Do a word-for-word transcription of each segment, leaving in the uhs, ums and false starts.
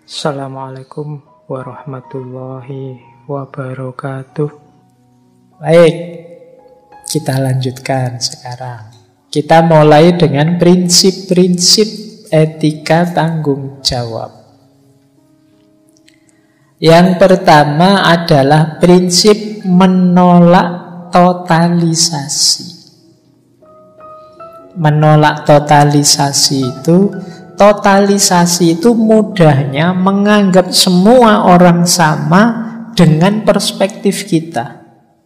Assalamualaikum warahmatullahi wabarakatuh. Baik, kita lanjutkan sekarang. Kita mulai dengan prinsip-prinsip etika tanggung jawab. Yang pertama adalah prinsip menolak totalisasi. Menolak totalisasi itu Totalisasi itu mudahnya menganggap semua orang sama dengan perspektif kita.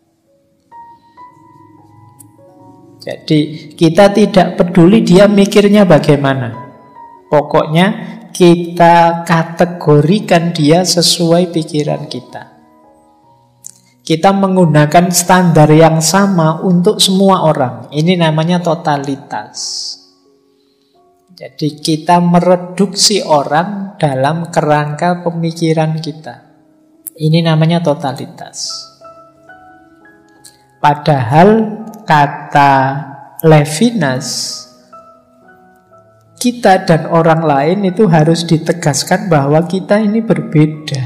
Jadi kita tidak peduli dia mikirnya bagaimana. Pokoknya kita kategorikan dia sesuai pikiran kita. Kita menggunakan standar yang sama untuk semua orang. Ini namanya totalitas. Jadi kita mereduksi orang dalam kerangka pemikiran kita. Ini namanya totalitas. Padahal kata Levinas, kita dan orang lain itu harus ditegaskan bahwa kita ini berbeda.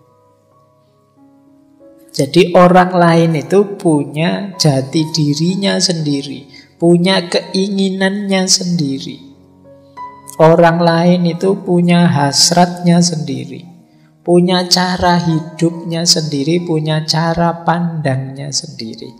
Jadi orang lain itu punya jati dirinya sendiri, punya keinginannya sendiri. Orang lain itu punya hasratnya sendiri, punya cara hidupnya sendiri, punya cara pandangnya sendiri.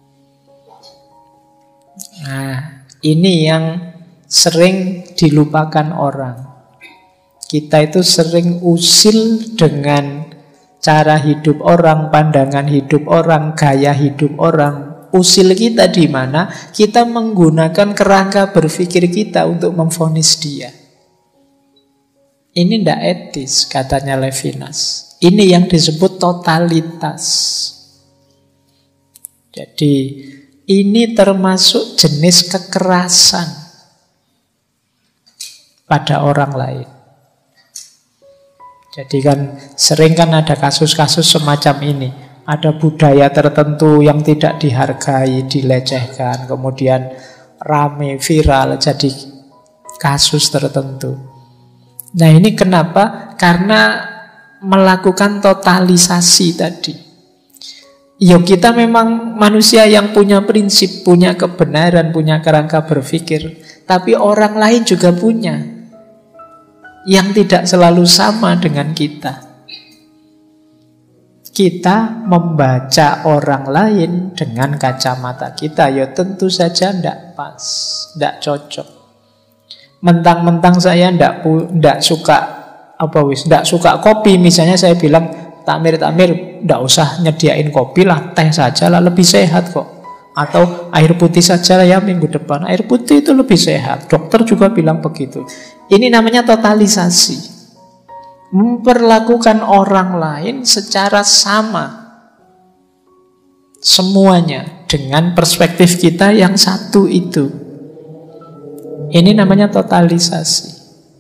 Nah, ini yang sering dilupakan orang. Kita itu sering usil dengan cara hidup orang, pandangan hidup orang, gaya hidup orang. Usil kita di mana? Kita menggunakan kerangka berpikir kita untuk memvonis dia. Ini tidak etis, katanya Levinas. Ini yang disebut totalitas. Jadi ini termasuk jenis kekerasan pada orang lain. Jadi kan sering kan ada kasus-kasus semacam ini. Ada budaya tertentu yang tidak dihargai, dilecehkan, kemudian rame, viral, jadi kasus tertentu. Nah ini kenapa? Karena melakukan totalisasi tadi. Ya kita memang manusia yang punya prinsip, punya kebenaran, punya kerangka berpikir. Tapi orang lain juga punya, yang tidak selalu sama dengan kita. Kita membaca orang lain dengan kacamata kita, ya tentu saja tidak pas, tidak cocok. Mentang-mentang saya tidak tidak suka apa wis, tidak suka kopi, misalnya saya bilang takmir takmir, tidak usah nyediain kopi lah, teh saja lah lebih sehat kok. Atau air putih saja lah ya minggu depan, air putih itu lebih sehat. Dokter juga bilang begitu. Ini namanya totalisasi. Memperlakukan orang lain secara sama semuanya dengan perspektif kita yang satu itu. Ini namanya totalisasi.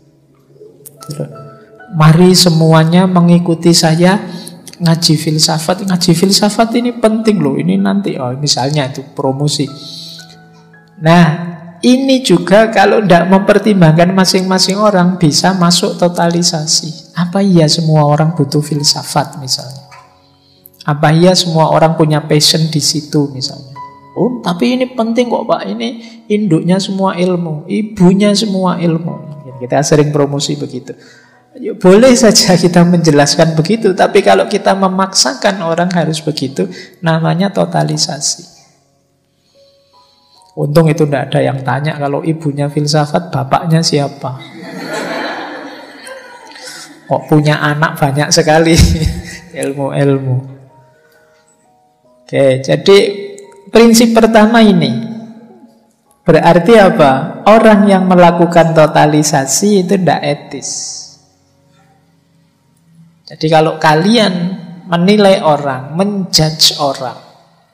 Mari semuanya mengikuti saya ngaji filsafat. Ngaji filsafat ini penting loh. Ini nanti oh misalnya itu promosi. Nah ini juga kalau tidak mempertimbangkan masing-masing orang bisa masuk totalisasi. Apa iya semua orang butuh filsafat misalnya? Apa iya semua orang punya passion di situ misalnya? Oh, tapi ini penting kok Pak. Ini induknya semua ilmu, ibunya semua ilmu. Kita sering promosi begitu. Ya, boleh saja kita menjelaskan begitu, tapi kalau kita memaksakan orang harus begitu, namanya totalisasi. Untung itu tidak ada yang tanya kalau ibunya filsafat, bapaknya siapa? Kok punya anak banyak sekali ilmu-ilmu. Oke, jadi prinsip pertama ini berarti apa? Orang yang melakukan totalisasi itu tidak etis. Jadi kalau kalian menilai orang, menjudge orang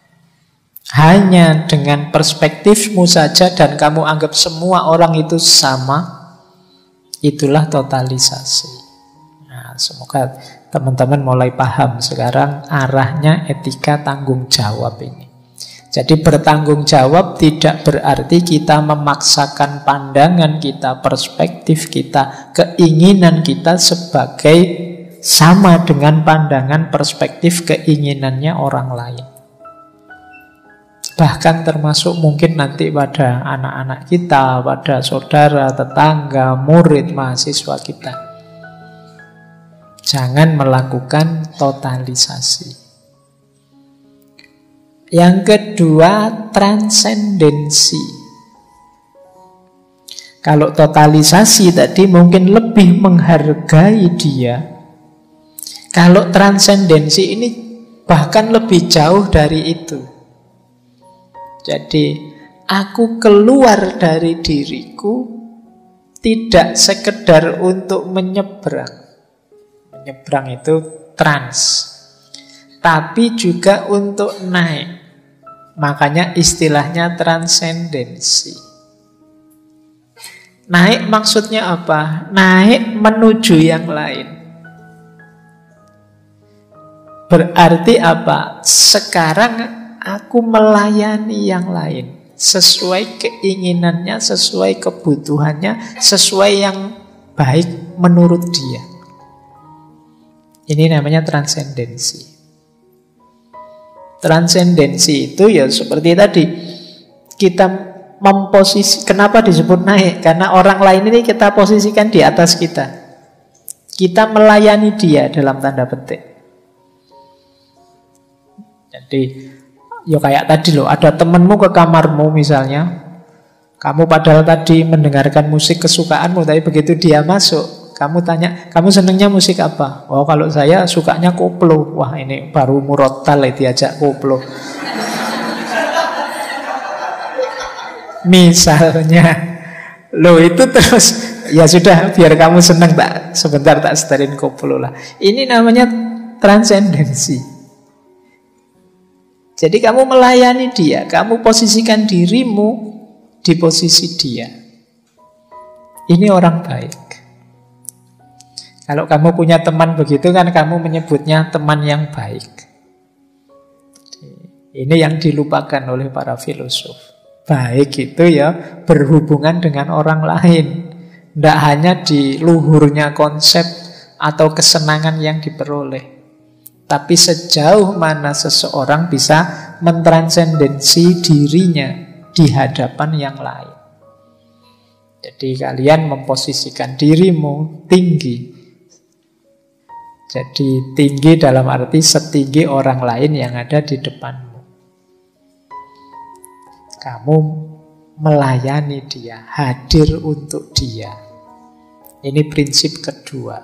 hanya dengan perspektifmu saja dan kamu anggap semua orang itu sama, itulah totalisasi. Nah, semoga teman-teman mulai paham sekarang arahnya etika tanggung jawab ini. Jadi bertanggung jawab tidak berarti kita memaksakan pandangan kita, perspektif kita, keinginan kita sebagai sama dengan pandangan, perspektif, keinginannya orang lain. Bahkan termasuk mungkin nanti pada anak-anak kita, pada saudara, tetangga, murid, mahasiswa kita. Jangan melakukan totalisasi. Yang kedua, transendensi. Kalau totalisasi tadi mungkin lebih menghargai dia. Kalau transendensi ini bahkan lebih jauh dari itu. Jadi, aku keluar dari diriku tidak sekedar untuk menyeberang. Menyeberang itu trans. Tapi juga untuk naik. Makanya istilahnya transendensi. Naik maksudnya apa? Naik menuju yang lain. Berarti apa? Sekarang aku melayani yang lain sesuai keinginannya, sesuai kebutuhannya, sesuai yang baik menurut dia. Ini namanya transendensi. Transendensi itu ya seperti tadi, kita memposisi, kenapa disebut naik? Karena orang lain ini kita posisikan di atas kita. Kita melayani dia dalam tanda petik. Jadi ya kayak tadi loh, ada temenmu ke kamarmu misalnya, kamu padahal tadi mendengarkan musik kesukaanmu, tapi begitu dia masuk, kamu tanya, kamu senengnya musik apa? Oh kalau saya sukanya koplo. Wah ini baru murotal ya diajak koplo. Misalnya, loh itu terus, ya sudah biar kamu seneng tak, sebentar tak setelin koplo lah. Ini namanya transendensi. Jadi kamu melayani dia, kamu posisikan dirimu di posisi dia. Ini orang baik. Kalau kamu punya teman begitu kan kamu menyebutnya teman yang baik. Ini yang dilupakan oleh para filosof. Baik itu ya berhubungan dengan orang lain. Tidak hanya di luhurnya konsep atau kesenangan yang diperoleh. Tapi sejauh mana seseorang bisa mentransendensi dirinya di hadapan yang lain. Jadi kalian memposisikan dirimu tinggi. Jadi tinggi dalam arti setinggi orang lain yang ada di depanmu. Kamu melayani dia, hadir untuk dia. Ini prinsip kedua.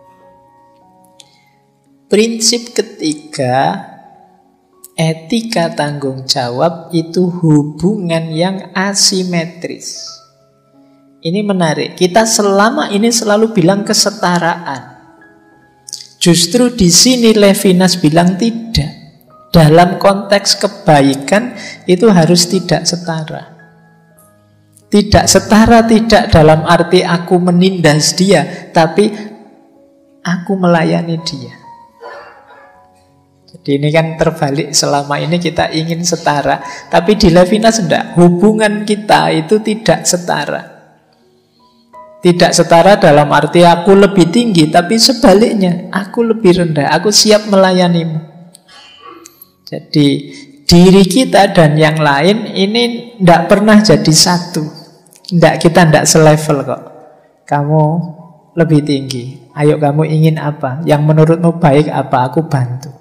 Prinsip ketiga, etika tanggung jawab itu hubungan yang asimetris. Ini menarik. Kita selama ini selalu bilang kesetaraan. Justru di sini Levinas bilang tidak. Dalam konteks kebaikan itu harus tidak setara. Tidak setara tidak dalam arti aku menindas dia, tapi aku melayani dia. Jadi ini kan terbalik, selama ini kita ingin setara, tapi di Levinas tidak. Hubungan kita itu tidak setara. Tidak setara dalam arti aku lebih tinggi, tapi sebaliknya, aku lebih rendah, aku siap melayanimu. Jadi diri kita dan yang lain ini tidak pernah jadi satu. Tidak, kita tidak selevel kok. Kamu lebih tinggi, ayo kamu ingin apa? Yang menurutmu baik apa? Aku bantu.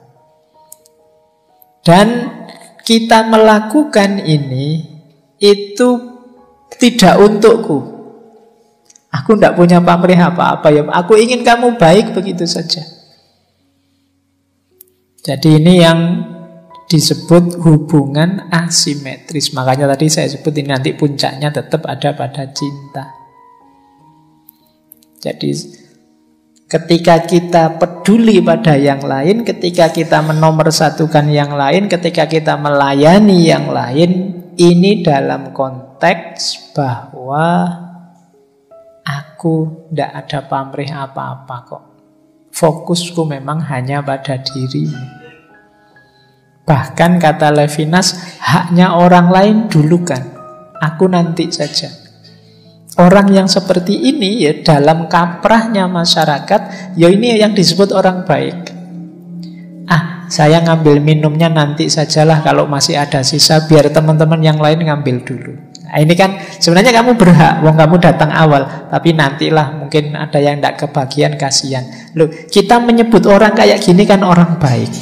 Dan kita melakukan ini itu tidak untukku. Aku tidak punya pamrih apa-apa ya. Aku ingin kamu baik begitu saja. Jadi ini yang disebut hubungan asimetris. Makanya tadi saya sebut ini nanti puncaknya tetap ada pada cinta. Jadi ketika kita peduli pada yang lain, ketika kita menomorsatukan yang lain, ketika kita melayani yang lain, ini dalam konteks bahwa aku tidak ada pamrih apa-apa kok. Fokusku memang hanya pada dirimu. Bahkan kata Levinas, haknya orang lain dulu kan, aku nanti saja. Orang yang seperti ini ya dalam kaprahnya masyarakat, ya ini yang disebut orang baik. Ah, saya ngambil minumnya nanti sajalah, kalau masih ada sisa biar teman-teman yang lain ngambil dulu. Nah, ini kan sebenarnya kamu berhak, wong kamu datang awal, tapi nantilah mungkin ada yang tidak kebagian, kasihan. Loh, kita menyebut orang kayak gini kan orang baik.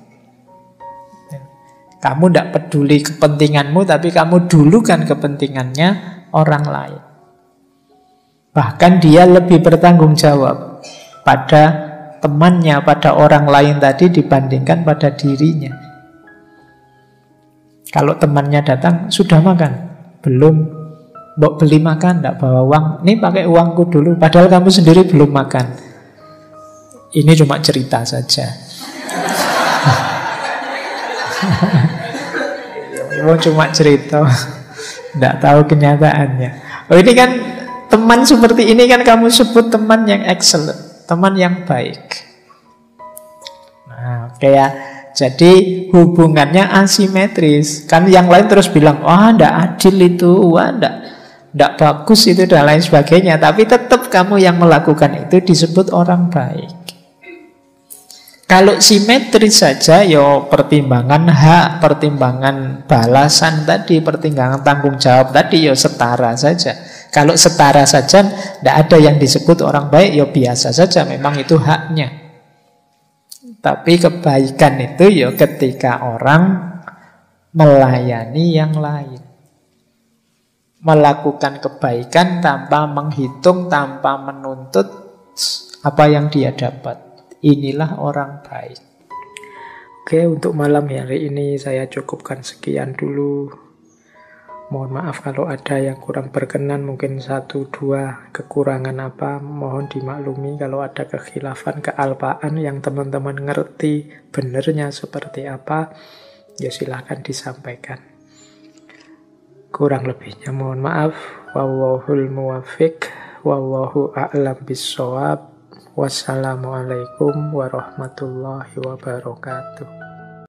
Kamu tidak peduli kepentinganmu, tapi kamu dulukan kepentingannya orang lain. Bahkan dia lebih bertanggung jawab pada temannya, pada orang lain tadi dibandingkan pada dirinya. Kalau temannya datang, sudah makan? Belum. Mbok beli makan, tidak bawa uang. Nih pakai uangku dulu, padahal kamu sendiri belum makan. Ini cuma cerita saja. Ini cuma cerita, tidak tahu kenyataannya. Oh, ini kan teman seperti ini kan kamu sebut teman yang excellent, teman yang baik. Nah, kayak jadi hubungannya asimetris. Kan yang lain terus bilang, wah ndak adil itu, wah ndak, ndak bagus itu dan lain sebagainya. Tapi tetap kamu yang melakukan itu disebut orang baik. Kalau simetris saja, yo pertimbangan hak, pertimbangan balasan tadi, pertimbangan tanggung jawab tadi, yo setara saja. Kalau setara saja, tidak ada yang disebut orang baik, ya biasa saja, memang itu haknya. Tapi kebaikan itu ya ketika orang melayani yang lain. Melakukan kebaikan tanpa menghitung, tanpa menuntut apa yang dia dapat. Inilah orang baik. Oke, untuk malam hari ini saya cukupkan sekian dulu. Mohon maaf kalau ada yang kurang berkenan, mungkin satu dua kekurangan apa, mohon dimaklumi. Kalau ada kekhilafan, kealpaan yang teman-teman ngerti benernya seperti apa, ya silahkan disampaikan. Kurang lebihnya mohon maaf. Wallahul muwaffiq, wallahu a'lam bissawab. Wassalamualaikum warahmatullahi wabarakatuh.